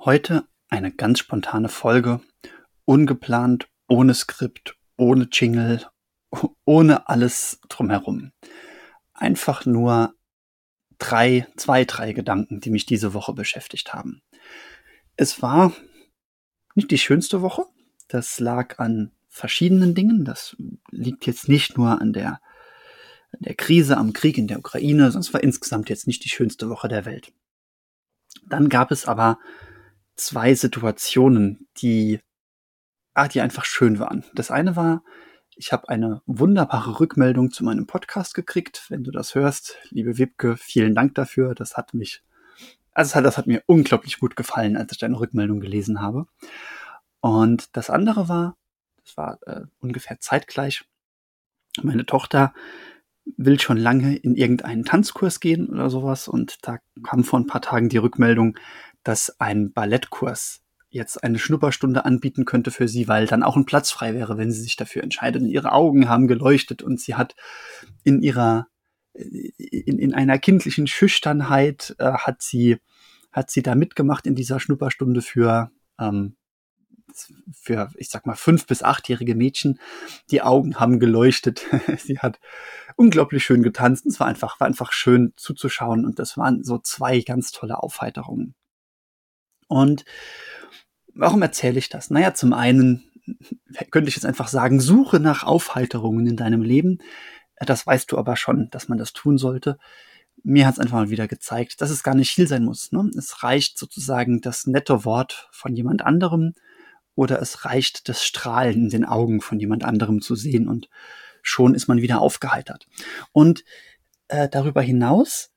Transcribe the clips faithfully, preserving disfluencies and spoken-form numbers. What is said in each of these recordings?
Heute eine ganz spontane Folge, ungeplant, ohne Skript, ohne Jingle, ohne alles drumherum. Einfach nur drei, zwei, drei Gedanken, die mich diese Woche beschäftigt haben. Es war nicht die schönste Woche. Das lag an verschiedenen Dingen. Das liegt jetzt nicht nur an der, an der Krise, am Krieg in der Ukraine, sondern es war insgesamt jetzt nicht die schönste Woche der Welt. Dann gab es aber zwei Situationen, die, ah, die einfach schön waren. Das eine war, ich habe eine wunderbare Rückmeldung zu meinem Podcast gekriegt. Wenn du das hörst, liebe Wibke, vielen Dank dafür. Das hat mich, also das hat, das hat mir unglaublich gut gefallen, als ich deine Rückmeldung gelesen habe. Und das andere war, das war äh, ungefähr zeitgleich, meine Tochter will schon lange in irgendeinen Tanzkurs gehen oder sowas. Und da kam vor ein paar Tagen die Rückmeldung, dass ein Ballettkurs jetzt eine Schnupperstunde anbieten könnte für sie, weil dann auch ein Platz frei wäre, wenn sie sich dafür entscheidet. Und ihre Augen haben geleuchtet und sie hat in ihrer, in, in einer kindlichen Schüchternheit äh, hat sie, hat sie da mitgemacht in dieser Schnupperstunde für, ähm, für, ich sag mal, fünf- bis achtjährige Mädchen. Die Augen haben geleuchtet. Sie hat unglaublich schön getanzt. Es war einfach, war einfach schön zuzuschauen. Und das waren so zwei ganz tolle Aufheiterungen. Und warum erzähle ich das? Naja, zum einen könnte ich jetzt einfach sagen, suche nach Aufheiterungen in deinem Leben. Das weißt du aber schon, dass man das tun sollte. Mir hat es einfach mal wieder gezeigt, dass es gar nicht viel sein muss. Ne? Es reicht sozusagen das nette Wort von jemand anderem oder es reicht das Strahlen in den Augen von jemand anderem zu sehen und schon ist man wieder aufgeheitert. Und äh, darüber hinaus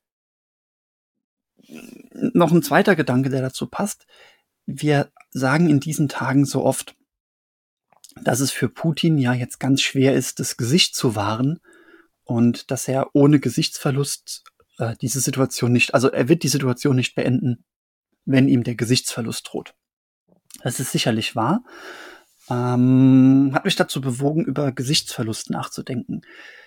noch ein zweiter Gedanke, der dazu passt. Wir sagen in diesen Tagen so oft, dass es für Putin ja jetzt ganz schwer ist, das Gesicht zu wahren und dass er ohne Gesichtsverlust äh, diese Situation nicht, also er wird die Situation nicht beenden, wenn ihm der Gesichtsverlust droht. Das ist sicherlich wahr. Ähm, hat mich dazu bewogen, über Gesichtsverlust nachzudenken.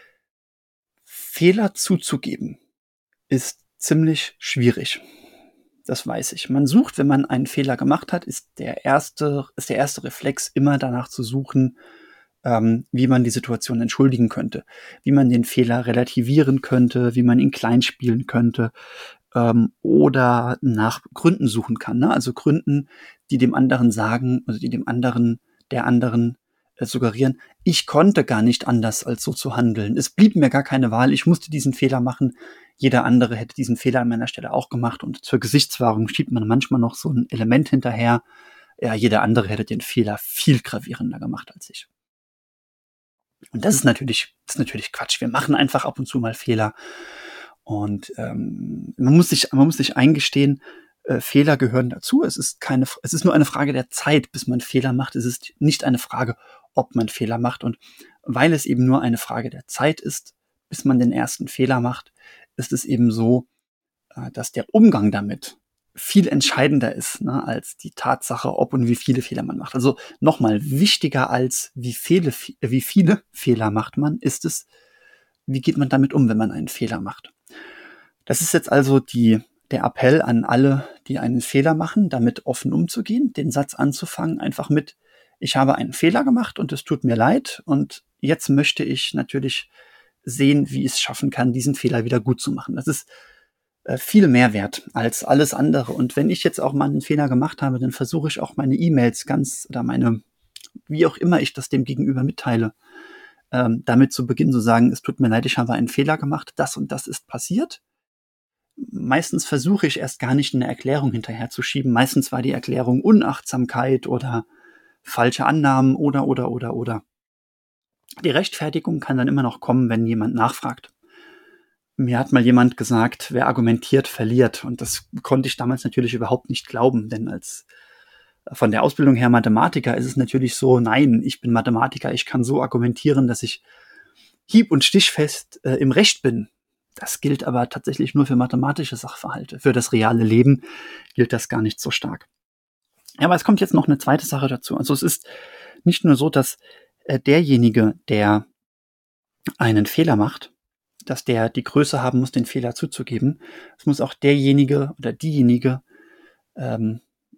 Fehler zuzugeben ist ziemlich schwierig. Das weiß ich. Man sucht, wenn man einen Fehler gemacht hat, ist der erste, ist der erste Reflex immer danach zu suchen, ähm, wie man die Situation entschuldigen könnte, wie man den Fehler relativieren könnte, wie man ihn kleinspielen könnte, ähm, oder nach Gründen suchen kann. Ne? Also Gründen, die dem anderen sagen, also die dem anderen, der anderen äh, suggerieren, ich konnte gar nicht anders, als so zu handeln. Es blieb mir gar keine Wahl. Ich musste diesen Fehler machen. Jeder andere hätte diesen Fehler an meiner Stelle auch gemacht. Und zur Gesichtswahrung schiebt man manchmal noch so ein Element hinterher. Ja, jeder andere hätte den Fehler viel gravierender gemacht als ich. Und das ist natürlich, das ist natürlich Quatsch. Wir machen einfach ab und zu mal Fehler. Und ähm, man muss sich, man muss sich eingestehen, äh, Fehler gehören dazu. Es ist keine, es ist nur eine Frage der Zeit, bis man Fehler macht. Es ist nicht eine Frage, ob man Fehler macht. Und weil es eben nur eine Frage der Zeit ist, bis man den ersten Fehler macht, ist es eben so, äh, dass der Umgang damit viel entscheidender ist, ne, als die Tatsache, ob und wie viele Fehler man macht. Also nochmal, wichtiger als wie viele, wie viele Fehler macht man, ist es, wie geht man damit um, wenn man einen Fehler macht. Das ist jetzt also die, der Appell an alle, die einen Fehler machen, damit offen umzugehen, den Satz anzufangen, einfach mit, ich habe einen Fehler gemacht und es tut mir leid und jetzt möchte ich natürlich sehen, wie ich es schaffen kann, diesen Fehler wieder gut zu machen. Das ist äh, viel mehr wert als alles andere. Und wenn ich jetzt auch mal einen Fehler gemacht habe, dann versuche ich auch meine E-Mails ganz oder meine, wie auch immer ich das dem Gegenüber mitteile, ähm, damit zu Beginn zu sagen, es tut mir leid, ich habe einen Fehler gemacht, das und das ist passiert. Meistens versuche ich erst gar nicht eine Erklärung hinterherzuschieben. Meistens war die Erklärung Unachtsamkeit oder falsche Annahmen oder, oder, oder, oder. Die Rechtfertigung kann dann immer noch kommen, wenn jemand nachfragt. Mir hat mal jemand gesagt, wer argumentiert, verliert. Und das konnte ich damals natürlich überhaupt nicht glauben, denn als von der Ausbildung her Mathematiker ist es natürlich so, nein, ich bin Mathematiker, ich kann so argumentieren, dass ich hieb- und stichfest äh, im Recht bin. Das gilt aber tatsächlich nur für mathematische Sachverhalte. Für das reale Leben gilt das gar nicht so stark. Ja, aber es kommt jetzt noch eine zweite Sache dazu. Also es ist nicht nur so, dass äh, derjenige, der einen Fehler macht, dass der die Größe haben muss, den Fehler zuzugeben. Es muss auch derjenige oder diejenige ähm,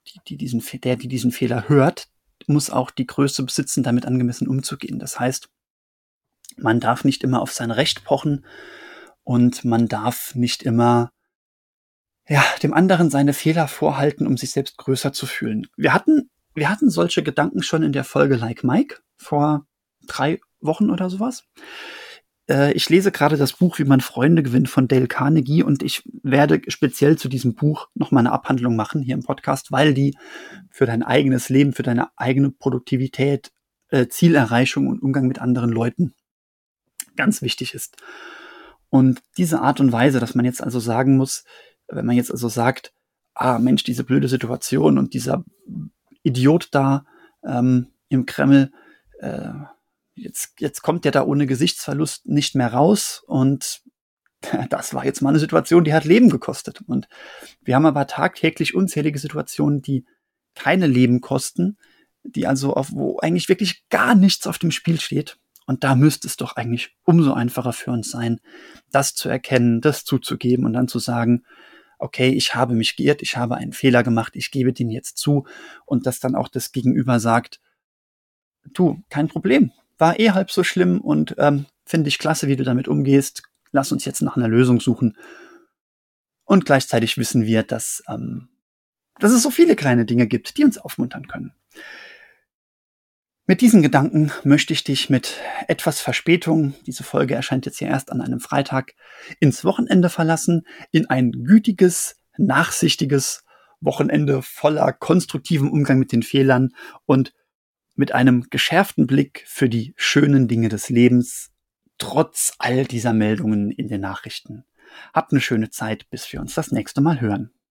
die, die diesen, der, die diesen Fehler hört, muss auch die Größe besitzen, damit angemessen umzugehen. Das heißt, man darf nicht immer auf sein Recht pochen und man darf nicht immer ja, dem anderen seine Fehler vorhalten, um sich selbst größer zu fühlen. Wir hatten, wir hatten solche Gedanken schon in der Folge Like Mike vor drei Wochen oder sowas. Äh, ich lese gerade das Buch Wie man Freunde gewinnt von Dale Carnegie und ich werde speziell zu diesem Buch noch mal eine Abhandlung machen hier im Podcast, weil die für dein eigenes Leben, für deine eigene Produktivität, äh, Zielerreichung und Umgang mit anderen Leuten ganz wichtig ist. Und diese Art und Weise, dass man jetzt also sagen muss, wenn man jetzt also sagt, ah Mensch, diese blöde Situation und dieser Idiot da ähm, im Kreml, äh, jetzt, jetzt kommt der da ohne Gesichtsverlust nicht mehr raus und das war jetzt mal eine Situation, die hat Leben gekostet. Und wir haben aber tagtäglich unzählige Situationen, die keine Leben kosten, die also auf, wo eigentlich wirklich gar nichts auf dem Spiel steht. Und da müsste es doch eigentlich umso einfacher für uns sein, das zu erkennen, das zuzugeben und dann zu sagen, okay, ich habe mich geirrt, ich habe einen Fehler gemacht, ich gebe den jetzt zu und dass dann auch das Gegenüber sagt, du, kein Problem, war eh halb so schlimm und ähm, finde ich klasse, wie du damit umgehst, lass uns jetzt nach einer Lösung suchen. Und gleichzeitig wissen wir, dass, ähm, dass es so viele kleine Dinge gibt, die uns aufmuntern können. Mit diesen Gedanken möchte ich dich mit etwas Verspätung, diese Folge erscheint jetzt ja erst an einem Freitag, ins Wochenende verlassen, in ein gütiges, nachsichtiges Wochenende voller konstruktivem Umgang mit den Fehlern und mit einem geschärften Blick für die schönen Dinge des Lebens, trotz all dieser Meldungen in den Nachrichten. Habt eine schöne Zeit, bis wir uns das nächste Mal hören.